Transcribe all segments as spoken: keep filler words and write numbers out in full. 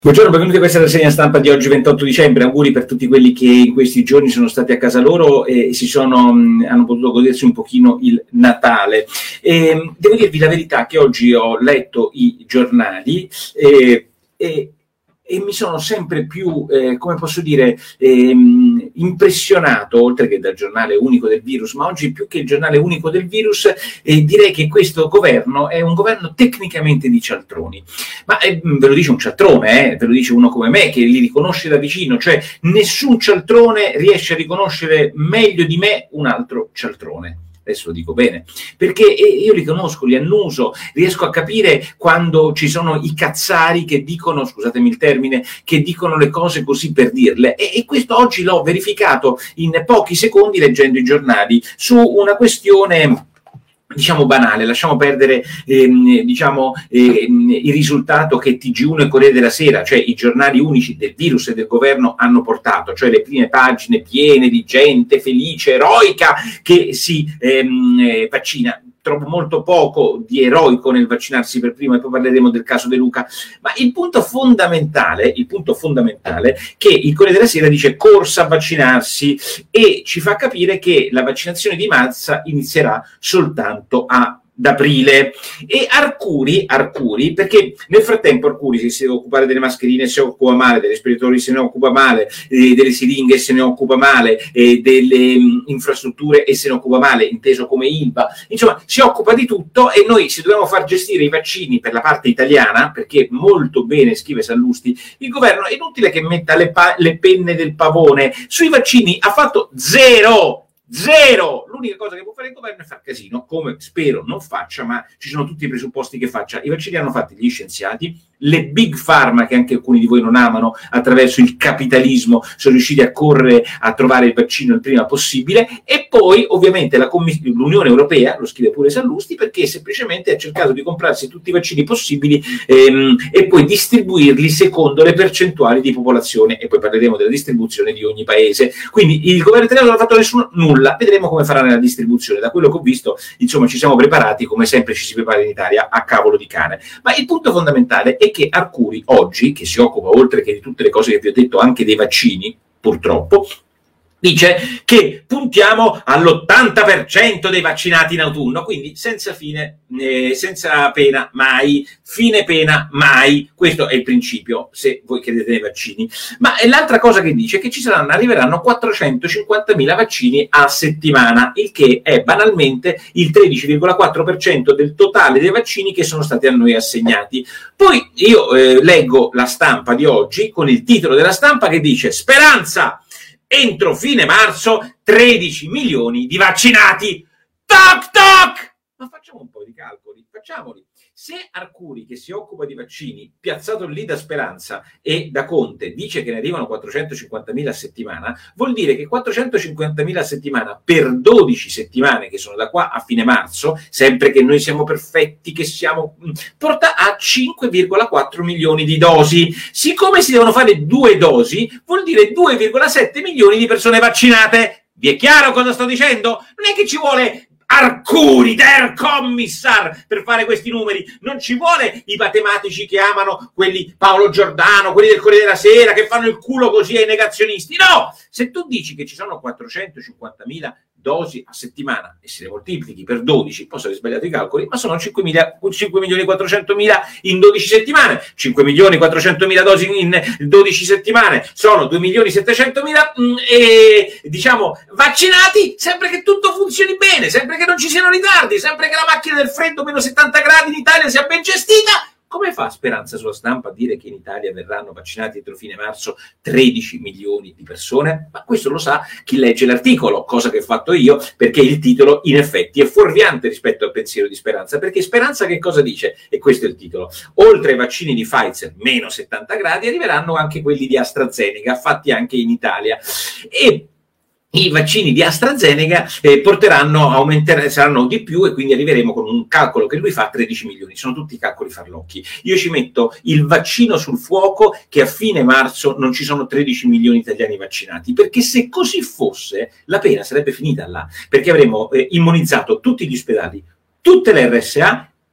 Buongiorno, benvenuti a questa rassegna stampa di oggi ventotto dicembre. Auguri per tutti quelli che in questi giorni sono stati a casa loro e si sono, mh, hanno potuto godersi un pochino il Natale. E, devo dirvi la verità che oggi ho letto i giornali e, e e mi sono sempre più, eh, come posso dire, ehm, impressionato, oltre che dal giornale unico del virus, ma oggi più che il giornale unico del virus, eh, direi che questo governo è un governo tecnicamente di cialtroni. Ma eh, ve lo dice un cialtrone, eh, ve lo dice uno come me, che li riconosce da vicino, cioè nessun cialtrone riesce a riconoscere meglio di me un altro cialtrone. Adesso lo dico bene, perché io li conosco, li annuso, riesco a capire quando ci sono i cazzari che dicono, scusatemi il termine, che dicono le cose così per dirle, e, e questo oggi l'ho verificato in pochi secondi leggendo i giornali su una questione diciamo banale. Lasciamo perdere ehm, diciamo ehm, il risultato che T G uno e Corriere della Sera, cioè i giornali unici del virus e del governo, hanno portato, cioè le prime pagine piene di gente felice, eroica, che si ehm, vaccina. Trovo molto poco di eroico nel vaccinarsi per primo, e poi parleremo del caso De Luca. Ma il punto fondamentale, il punto fondamentale, che il Corriere della Sera dice corsa a vaccinarsi e ci fa capire che la vaccinazione di massa inizierà soltanto a d'aprile. E Arcuri, Arcuri, perché nel frattempo Arcuri si, si deve occupare delle mascherine, se ne occupa male, dei respiratori se ne occupa male, eh, delle siringhe se ne occupa male, eh, delle mh, infrastrutture e se ne occupa male, inteso come Ilva, insomma si occupa di tutto, e noi si dobbiamo far gestire i vaccini per la parte italiana, perché molto bene, scrive Sallusti, il governo è inutile che metta le, le penne del pavone, sui vaccini ha fatto zero. Zero! L'unica cosa che può fare il governo è far casino, come spero non faccia, ma ci sono tutti i presupposti che faccia. I vaccini hanno fatti gli scienziati, le big pharma, che anche alcuni di voi non amano, attraverso il capitalismo sono riusciti a correre a trovare il vaccino il prima possibile, e poi ovviamente la l'Unione Europea, lo scrive pure Sallusti, perché semplicemente ha cercato di comprarsi tutti i vaccini possibili ehm, e poi distribuirli secondo le percentuali di popolazione, e poi parleremo della distribuzione di ogni paese. Quindi il governo italiano non ha fatto nessuno nulla. Vedremo come farà nella distribuzione. Da quello che ho visto, insomma, ci siamo preparati come sempre ci si prepara in Italia, a cavolo di cane. Ma il punto fondamentale è che Arcuri oggi, che si occupa oltre che di tutte le cose che vi ho detto anche dei vaccini, purtroppo, dice che puntiamo all'ottanta per cento dei vaccinati in autunno, quindi senza fine, eh, senza pena mai, fine pena mai. Questo è il principio, se voi credete nei vaccini. Ma l'altra cosa che dice è che ci saranno, arriveranno quattrocentocinquantamila vaccini a settimana, il che è banalmente il tredici virgola quattro per cento del totale dei vaccini che sono stati a noi assegnati. Poi io eh, leggo la stampa di oggi con il titolo della stampa che dice: Speranza! Entro fine marzo tredici milioni di vaccinati. Toc toc! Ma facciamo un po' di calcoli, facciamoli. Se Arcuri, che si occupa di vaccini, piazzato lì da Speranza e da Conte, dice che ne arrivano quattrocentocinquantamila a settimana, vuol dire che quattrocentocinquantamila a settimana per dodici settimane, che sono da qua a fine marzo, sempre che noi siamo perfetti, che siamo, porta a cinque virgola quattro milioni di dosi. Siccome si devono fare due dosi, vuol dire due virgola sette milioni di persone vaccinate. Vi è chiaro cosa sto dicendo? Non è che ci vuole Arcuri, der Kommissar, per fare questi numeri, non ci vuole i matematici che amano quelli Paolo Giordano, quelli del Corriere della Sera, che fanno il culo così ai negazioni. No! Se tu dici che ci sono quattrocentocinquantamila dosi a settimana e se le moltiplichi per dodici, posso aver sbagliato i calcoli, ma sono cinque milioni quattrocentomila in dodici settimane, cinque milioni quattrocentomila dosi in dodici settimane, sono due milioni settecentomila mh, e, diciamo, vaccinati, sempre che tutto funzioni bene, sempre che non ci siano ritardi, sempre che la macchina del freddo meno settanta gradi in Italia sia ben gestita. Come fa Speranza sulla stampa a dire che in Italia verranno vaccinati entro fine marzo tredici milioni di persone? Ma questo lo sa chi legge l'articolo, cosa che ho fatto io, perché il titolo in effetti è fuorviante rispetto al pensiero di Speranza, perché Speranza che cosa dice? E questo è il titolo: oltre ai vaccini di Pfizer meno settanta gradi arriveranno anche quelli di AstraZeneca, fatti anche in Italia. E i vaccini di AstraZeneca eh, porteranno, aumenteranno, saranno di più, e quindi arriveremo con un calcolo che lui fa a tredici milioni. Sono tutti calcoli farlocchi. Io ci metto il vaccino sul fuoco che a fine marzo non ci sono tredici milioni di italiani vaccinati, perché se così fosse la pena sarebbe finita là, perché avremmo eh, immunizzato tutti gli ospedali, tutte le R S A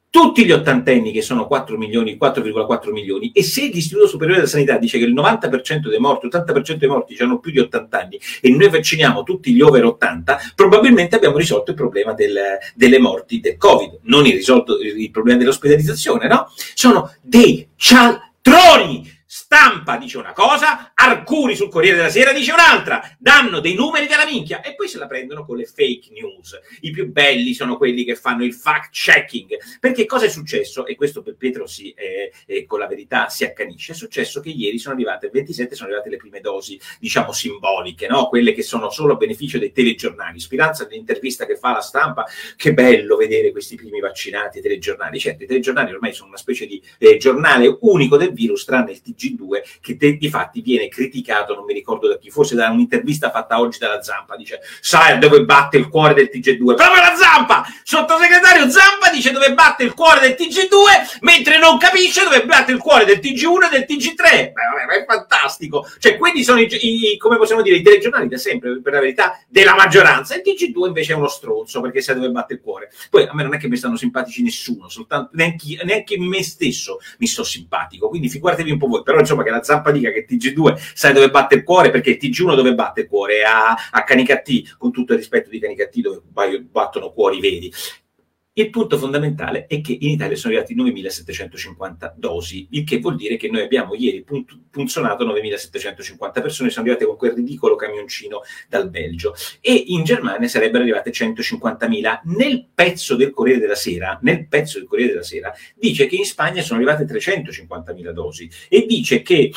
tutti gli ottantenni, che sono quattro milioni, quattro virgola quattro milioni, e se l'Istituto Superiore della Sanità dice che il novanta per cento dei morti, ottanta per cento dei morti hanno più di ottanta anni e noi vacciniamo tutti gli over ottanta, probabilmente abbiamo risolto il problema del, delle morti del Covid, non il risolto il problema dell'ospedalizzazione, no? Sono dei cialtroni! Stampa dice una cosa, Arcuri sul Corriere della Sera dice un'altra, danno dei numeri della minchia e poi se la prendono con le fake news. I più belli sono quelli che fanno il fact checking, perché cosa è successo? E questo per Pietro si, eh, eh, con la verità si accanisce. È successo che ieri sono arrivate, il ventisette sono arrivate le prime dosi, diciamo simboliche, no? Quelle che sono solo a beneficio dei telegiornali. Speranza nell'intervista che fa la Stampa, che bello vedere questi primi vaccinati ai telegiornali. Certo, i telegiornali ormai sono una specie di eh, giornale unico del virus, tranne il T G due, che te, di fatti viene criticato, non mi ricordo da chi, forse da un'intervista fatta oggi dalla Zampa, dice sai dove batte il cuore del T G due? Proprio la Zampa, sottosegretario Zampa dice dove batte il cuore del T G due, mentre non capisce dove batte il cuore del T G uno e del T G tre. Ma è fantastico, cioè quelli sono i, i, come possiamo dire, i telegiornali da sempre, per la verità, della maggioranza. Il T G due invece è uno stronzo, perché sa dove batte il cuore. Poi a me non è che mi stanno simpatici nessuno, soltanto neanche, neanche me stesso mi sto simpatico, quindi figuratevi un po' voi. Però insomma che la Zampa dica che T G due sai dove batte il cuore, perché il T G uno dove batte il cuore? A, a Canicattì, con tutto il rispetto di Canicattì, dove battono cuori veri. Il punto fondamentale è che in Italia sono arrivati novemilasettecentocinquanta dosi, il che vuol dire che noi abbiamo ieri punzionato novemilasettecentocinquanta persone, sono arrivate con quel ridicolo camioncino dal Belgio, e in Germania sarebbero arrivate centocinquantamila. Nel pezzo del Corriere della Sera, nel pezzo del Corriere della Sera, dice che in Spagna sono arrivate trecentocinquantamila dosi e dice che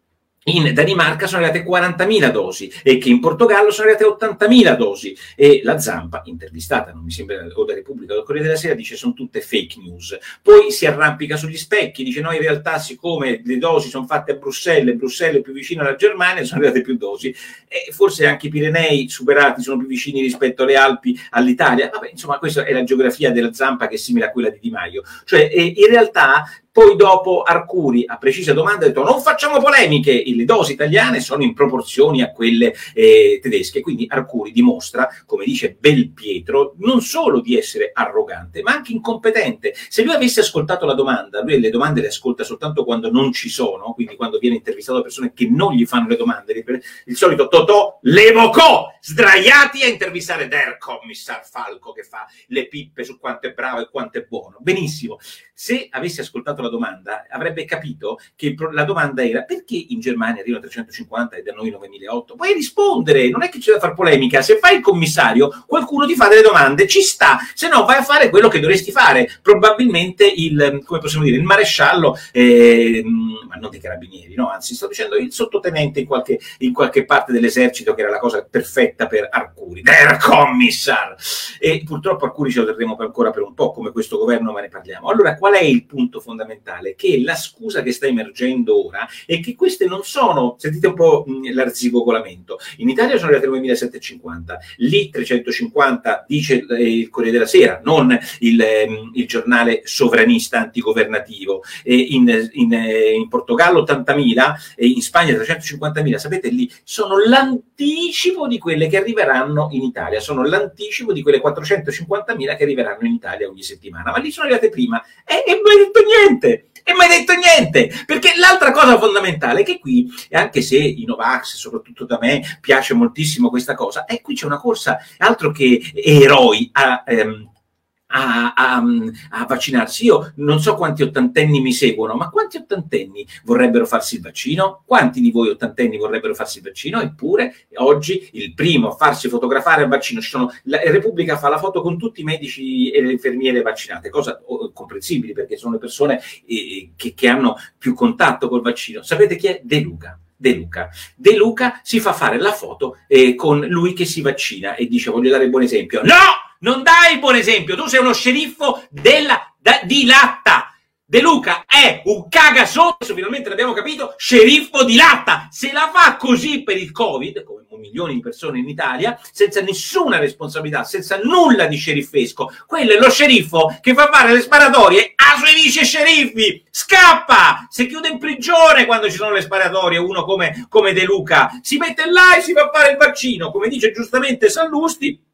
in Danimarca sono arrivate quarantamila dosi e che in Portogallo sono arrivate ottantamila dosi, e la Zampa, intervistata, non mi sembra, o da Repubblica o da Corriere della Sera, dice sono tutte fake news. Poi si arrampica sugli specchi, dice no, in realtà siccome le dosi sono fatte a Bruxelles, Bruxelles è più vicino alla Germania, sono arrivate più dosi, e forse anche i Pirenei superati sono più vicini rispetto alle Alpi all'Italia. Vabbè, insomma, questa è la geografia della Zampa, che è simile a quella di Di Maio, cioè eh, in realtà. Poi dopo Arcuri, a precisa domanda, ha detto non facciamo polemiche, le dosi italiane sono in proporzioni a quelle eh, tedesche. Quindi Arcuri dimostra, come dice Belpietro, non solo di essere arrogante, ma anche incompetente. Se lui avesse ascoltato la domanda, lui le domande le ascolta soltanto quando non ci sono, quindi quando viene intervistato da persone che non gli fanno le domande, il solito Totò l'evocò, sdraiati a intervistare Der Kommissar Falco, che fa le pippe su quanto è bravo e quanto è buono. Benissimo. Se avesse ascoltato la domanda, avrebbe capito che la domanda era perché in Germania arrivano trecentocinquanta e da noi novemilaotto. Puoi rispondere, non è che c'è da fare polemica. Se fai il commissario, qualcuno ti fa delle domande, ci sta, se no vai a fare quello che dovresti fare. Probabilmente il, come possiamo dire, il maresciallo, eh, ma non dei carabinieri, no, anzi sto dicendo il sottotenente in qualche, in qualche parte dell'esercito, che era la cosa perfetta per Arcuri, Der Kommissar. E purtroppo Arcuri ce lo terremo per ancora per un po', come questo governo, ma ne parliamo. Allora, qual è il punto fondamentale? Che la scusa che sta emergendo ora è che queste non sono, sentite un po' mh, l'arzigogolamento, in Italia sono arrivate novemilasettecentocinquanta, lì trecentocinquanta dice eh, il Corriere della Sera, non il, eh, il giornale sovranista antigovernativo, e in, in, eh, in Portogallo ottantamila e in Spagna trecentocinquantamila. Sapete, lì sono l'anticipo di quelle che arriveranno in Italia, sono l'anticipo di quelle quattrocentocinquantamila che arriveranno in Italia ogni settimana, ma lì sono arrivate prima. E, e mai detto niente, e mai detto niente, perché l'altra cosa fondamentale è che qui, anche se i Novax, soprattutto da me, piace moltissimo questa cosa, e qui c'è una corsa altro che eroi a, ehm, A, a, a vaccinarsi. Io non so quanti ottantenni mi seguono, ma quanti ottantenni vorrebbero farsi il vaccino? Quanti di voi ottantenni vorrebbero farsi il vaccino? Eppure oggi il primo a farsi fotografare al vaccino, ci sono, la Repubblica fa la foto con tutti i medici e le infermiere vaccinate, cosa oh, comprensibile, perché sono le persone eh, che, che hanno più contatto col vaccino. Sapete chi è? De Luca. De Luca. De Luca si fa fare la foto eh, con lui che si vaccina e dice voglio dare il buon esempio. No! Non dai il buon esempio, tu sei uno sceriffo della, da, di latta. De Luca è un cagasotto, finalmente l'abbiamo capito, sceriffo di latta. Se la fa così per il Covid, come milioni di persone in Italia, senza nessuna responsabilità, senza nulla di sceriffesco, quello è lo sceriffo che fa fare le sparatorie ai suoi vice sceriffi. Scappa! Si chiude in prigione quando ci sono le sparatorie, uno come, come De Luca. Si mette là e si fa fare il vaccino. Come dice giustamente Sallusti,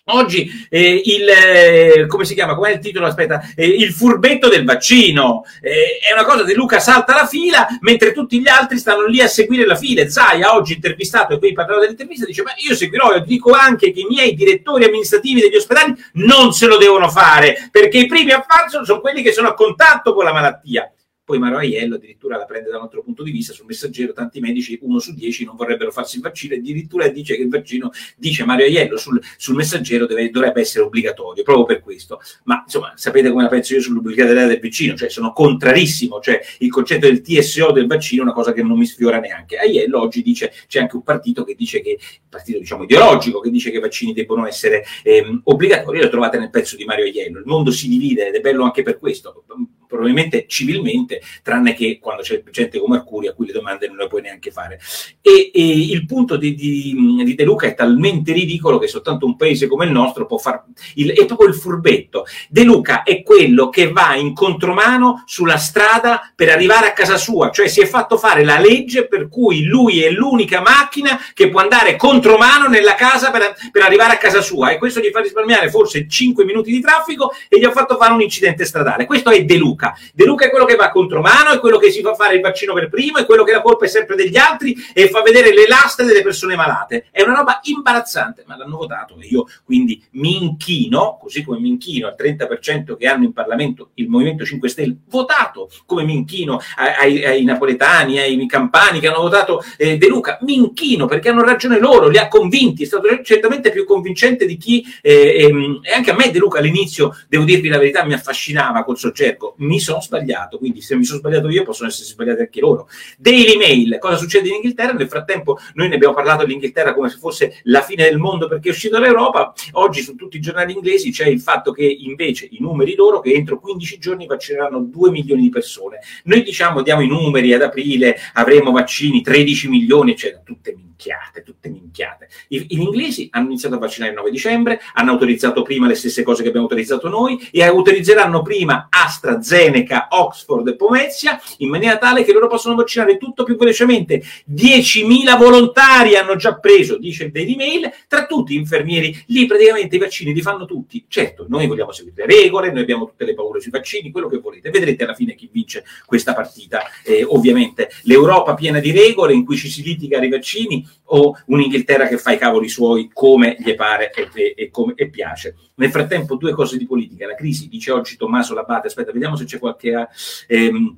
Oggi eh, il, eh, come si chiama? Qual è il titolo? Aspetta, eh, il furbetto del vaccino. Eh, è una cosa di Luca salta la fila, mentre tutti gli altri stanno lì a seguire la fila. Zaia, oggi intervistato, e qui parlerò dell'intervista, dice, ma io seguirò, e dico anche che i miei direttori amministrativi degli ospedali non se lo devono fare, perché i primi a farselo sono quelli che sono a contatto con la malattia. Poi Mario Aiello addirittura la prende dal nostro punto di vista, sul Messaggero tanti medici, uno su dieci non vorrebbero farsi il vaccino, e addirittura dice che il vaccino, dice Mario Aiello sul, sul Messaggero, deve, dovrebbe essere obbligatorio, proprio per questo. Ma insomma, sapete come la penso io sull'obbligatorietà del vaccino? Cioè sono contrarissimo, cioè il concetto del T S O del vaccino è una cosa che non mi sfiora neanche. Aiello oggi dice, c'è anche un partito che dice che, un partito diciamo ideologico, che dice che i vaccini debbono essere ehm, obbligatori, lo trovate nel pezzo di Mario Aiello. Il mondo si divide ed è bello anche per questo, probabilmente civilmente, tranne che quando c'è gente come Arcuri a cui le domande non le puoi neanche fare. E, e il punto di, di, di De Luca è talmente ridicolo che soltanto un paese come il nostro può far... Il, è proprio il furbetto. De Luca è quello che va in contromano sulla strada per arrivare a casa sua, cioè si è fatto fare la legge per cui lui è l'unica macchina che può andare contromano nella casa per, per arrivare a casa sua, e questo gli fa risparmiare forse cinque minuti di traffico e gli ha fatto fare un incidente stradale. Questo è De Luca. De Luca è quello che va contromano, è quello che si fa fare il vaccino per primo, è quello che la colpa è sempre degli altri e fa vedere le lastre delle persone malate. È una roba imbarazzante, ma l'hanno votato e io quindi mi inchino, così come mi inchino al trenta per cento che hanno in Parlamento il Movimento cinque Stelle votato, come mi inchino ai, ai napoletani, ai campani che hanno votato eh, De Luca, mi inchino perché hanno ragione loro, li ha convinti, è stato certamente più convincente di chi, eh, ehm, e anche a me De Luca all'inizio, devo dirvi la verità, mi affascinava col Soccerco. Mi sono sbagliato, quindi se mi sono sbagliato io possono essere sbagliati anche loro. Daily Mail, cosa succede in Inghilterra? Nel frattempo noi ne abbiamo parlato dell'Inghilterra come se fosse la fine del mondo perché è uscito dall'Europa. Oggi su tutti i giornali inglesi c'è il fatto che invece i numeri loro che entro quindici giorni vaccineranno due milioni di persone. Noi diciamo, diamo i numeri, ad aprile avremo vaccini tredici milioni, eccetera, tutte minchiate, tutte minchiate. I, gli inglesi hanno iniziato a vaccinare il nove dicembre, hanno autorizzato prima le stesse cose che abbiamo autorizzato noi e autorizzeranno prima AstraZeneca, Oxford e Pomezia, in maniera tale che loro possono vaccinare tutto più velocemente. diecimila volontari hanno già preso, dice il Daily Mail, tra tutti infermieri, lì praticamente i vaccini li fanno tutti. Certo, noi vogliamo seguire le regole, noi abbiamo tutte le paure sui vaccini, quello che volete, vedrete alla fine chi vince questa partita. Eh, ovviamente l'Europa piena di regole in cui ci si litiga ai vaccini, o un'Inghilterra che fa i cavoli suoi come gli pare e, e, e come e piace. Nel frattempo due cose di politica, la crisi, dice oggi Tommaso Labate, aspetta, vediamo se c'è qualche... Ehm,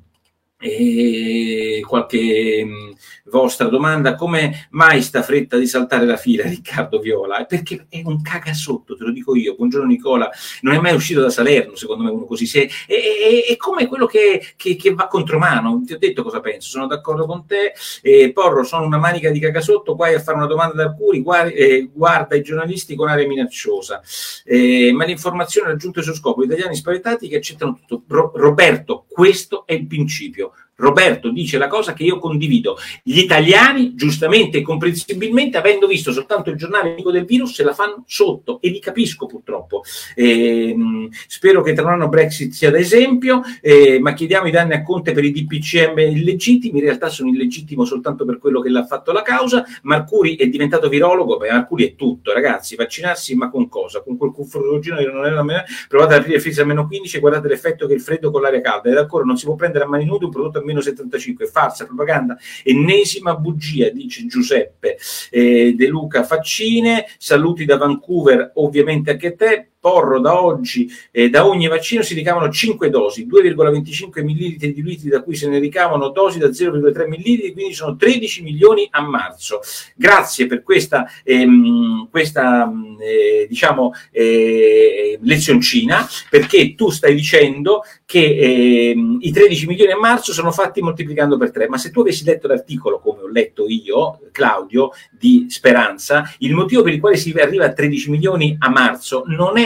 E qualche mh, vostra domanda: come mai sta fretta di saltare la fila, Riccardo Viola? Perché è un cagasotto, te lo dico io. Buongiorno Nicola, non è mai uscito da Salerno, secondo me uno così. Se, è, è, è come quello che, che, che va contromano. Ti ho detto cosa penso, sono d'accordo con te. eh, Porro, sono una manica di cagasotto, guai a fare una domanda da Arcuri, guarda, eh, guarda i giornalisti con aria minacciosa, eh, ma l'informazione ha raggiunto il suo scopo, gli italiani spaventati che accettano tutto. Ro- Roberto, questo è il principio. Roberto dice la cosa che io condivido: gli italiani, giustamente e comprensibilmente, avendo visto soltanto il giornale amico del virus, se la fanno sotto, e li capisco purtroppo. Eh, spero che tra un anno Brexit sia da esempio, eh, ma chiediamo i danni a Conte per i D P C M illegittimi. In realtà sono illegittimo soltanto per quello che l'ha fatto la causa. Marcuri è diventato virologo. Beh, Marcuri è tutto, ragazzi, vaccinarsi, ma con cosa? Con quel cuffroggino che non è la mia... Provate ad aprire il freezer a meno quindici e guardate l'effetto che il freddo con l'aria calda. Ed ancora non si può prendere a mani nude un prodotto a meno settantacinque, farsa, propaganda, ennesima bugia, dice Giuseppe. eh, De Luca Faccine, saluti da Vancouver, ovviamente anche a te. Porro, da oggi eh, da ogni vaccino si ricavano cinque dosi, due virgola venticinque millilitri di liquidi da cui se ne ricavano dosi da zero virgola tre millilitri, quindi sono tredici milioni a marzo. Grazie per questa, ehm, questa eh, diciamo eh, lezioncina, perché tu stai dicendo che eh, i tredici milioni a marzo sono fatti moltiplicando per tre, ma se tu avessi letto l'articolo come ho letto io, Claudio, di Speranza, il motivo per il quale si arriva a tredici milioni a marzo non è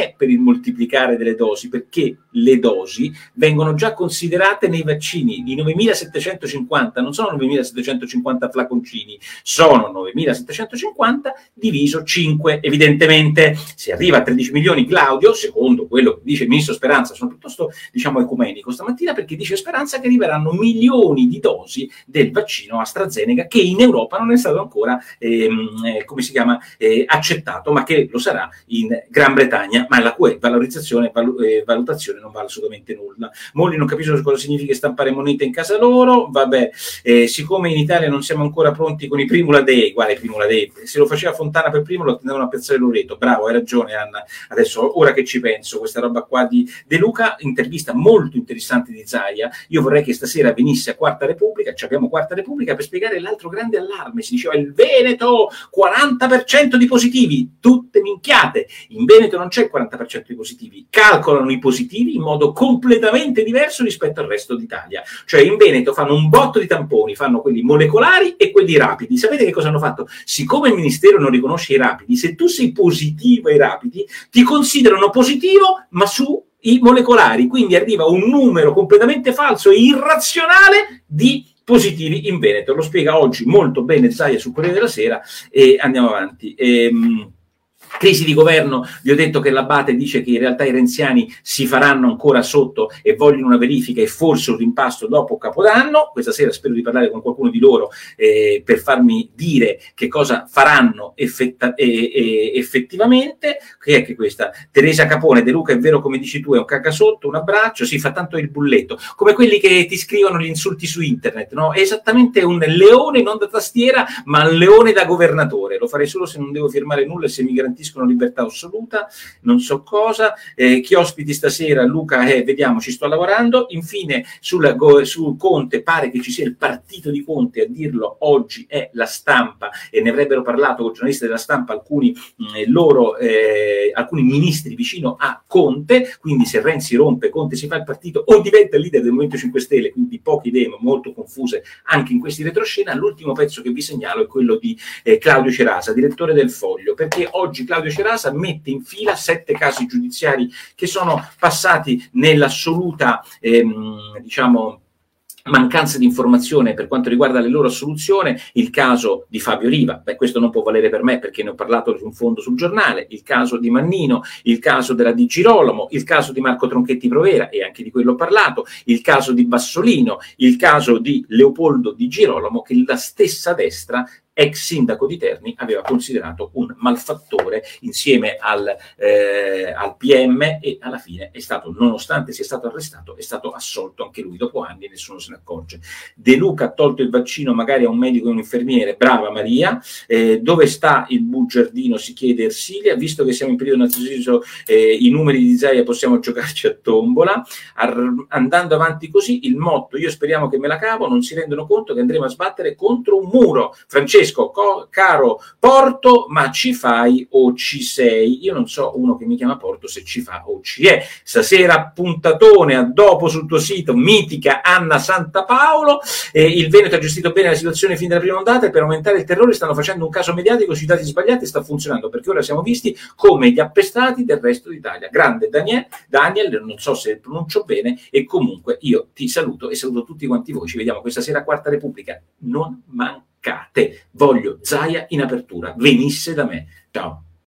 è per il moltiplicare delle dosi, perché le dosi vengono già considerate nei vaccini. I novemilasettecentocinquanta non sono novemilasettecentocinquanta flaconcini, sono novemilasettecentocinquanta diviso cinque. Evidentemente si arriva a tredici milioni. Claudio, secondo quello che dice il ministro Speranza, sono piuttosto diciamo ecumenico stamattina, perché dice Speranza che arriveranno milioni di dosi del vaccino AstraZeneca, che in Europa non è stato ancora ehm, eh, come si chiama eh, accettato, ma che lo sarà in Gran Bretagna. Ma la Q E, valorizzazione e valu- eh, valutazione, non vale assolutamente nulla. Molti non capiscono cosa significa stampare moneta in casa loro. Vabbè, eh, siccome in Italia non siamo ancora pronti con i Primula Day, guarda i Primula Day, se lo faceva Fontana per primo lo attendevano a Piazzale Loreto. Bravo, hai ragione Anna, adesso ora che ci penso, questa roba qua di De Luca, intervista molto interessante di Zaia. Io vorrei che stasera venisse a Quarta Repubblica, ci abbiamo Quarta Repubblica, per spiegare l'altro grande allarme. Si diceva il Veneto, quaranta per cento di positivi, tutte minchiate. In Veneto non c'è il quaranta per cento di positivi, calcolano i positivi in modo completamente diverso rispetto al resto d'Italia. Cioè in Veneto fanno un botto di tamponi, fanno quelli molecolari e quelli rapidi. Sapete che cosa hanno fatto? Siccome il ministero non riconosce i rapidi, se tu sei positivo ai rapidi ti considerano positivo ma su i molecolari, quindi arriva un numero completamente falso e irrazionale di positivi in Veneto. Lo spiega oggi molto bene Zaia sul Corriere della Sera e andiamo avanti. Ehm, Crisi di governo, vi ho detto che l'Abate dice che in realtà i renziani si faranno ancora sotto e vogliono una verifica e forse un rimpasto dopo Capodanno. Questa sera spero di parlare con qualcuno di loro eh, per farmi dire che cosa faranno effetta- e- e- effettivamente. Che è che questa? Teresa Capone, De Luca è vero come dici tu, è un cacasotto, un abbraccio, si fa tanto il bulletto, come quelli che ti scrivono gli insulti su internet, no? È esattamente un leone non da tastiera ma un leone da governatore. Lo farei solo se non devo firmare nulla e se mi garantiscono libertà assoluta, non so cosa. Eh, chi ospiti stasera? Luca, eh, vediamo, ci sto lavorando. Infine sul, go, sul Conte, pare che ci sia il partito di Conte a dirlo oggi, è La Stampa, e ne avrebbero parlato con giornalisti della Stampa alcuni mh, loro eh, alcuni ministri vicino a Conte. Quindi se Renzi rompe, Conte si fa il partito o diventa il leader del Movimento cinque Stelle, quindi poche idee molto confuse anche in questi retroscena. L'ultimo pezzo che vi segnalo è quello di eh, Claudio Cerasa, direttore del Foglio, perché oggi Claudio Cerasa mette in fila sette casi giudiziari che sono passati nell'assoluta ehm, diciamo mancanza di informazione per quanto riguarda le loro assoluzione. Il caso di Fabio Riva, beh, questo non può valere per me perché ne ho parlato su un fondo sul giornale, il caso di Mannino, il caso della Di Girolamo, il caso di Marco Tronchetti Provera, e anche di quello ho parlato, il caso di Bassolino, il caso di Leopoldo Di Girolamo, che la stessa destra, ex sindaco di Terni, aveva considerato un malfattore insieme al, eh, al P M, e alla fine è stato, nonostante sia stato arrestato, è stato assolto anche lui dopo anni e nessuno se ne accorge. De Luca ha tolto il vaccino magari a un medico e un infermiere, brava Maria. Eh, dove sta il bugiardino, si chiede Ersilia, visto che siamo in periodo nazionale, eh, i numeri di Zaia possiamo giocarci a tombola. Ar- andando avanti così, il motto io speriamo che me la cavo, non si rendono conto che andremo a sbattere contro un muro. Francesco, Co- caro Porto, ma ci fai o ci sei? Io non so uno che mi chiama Porto se ci fa o ci è. Stasera puntatone, a dopo sul tuo sito, mitica Anna Santapaolo. Eh, il Veneto ha gestito bene la situazione fin dalla prima ondata e per aumentare il terrore stanno facendo un caso mediatico sui dati sbagliati e sta funzionando, perché ora siamo visti come gli appestati del resto d'Italia. Grande Daniel, Daniel, non so se pronuncio bene, e comunque io ti saluto e saluto tutti quanti voi. Ci vediamo questa sera a Quarta Repubblica. Non mancate. Voglio Zaia in apertura, venisse da me. Ciao.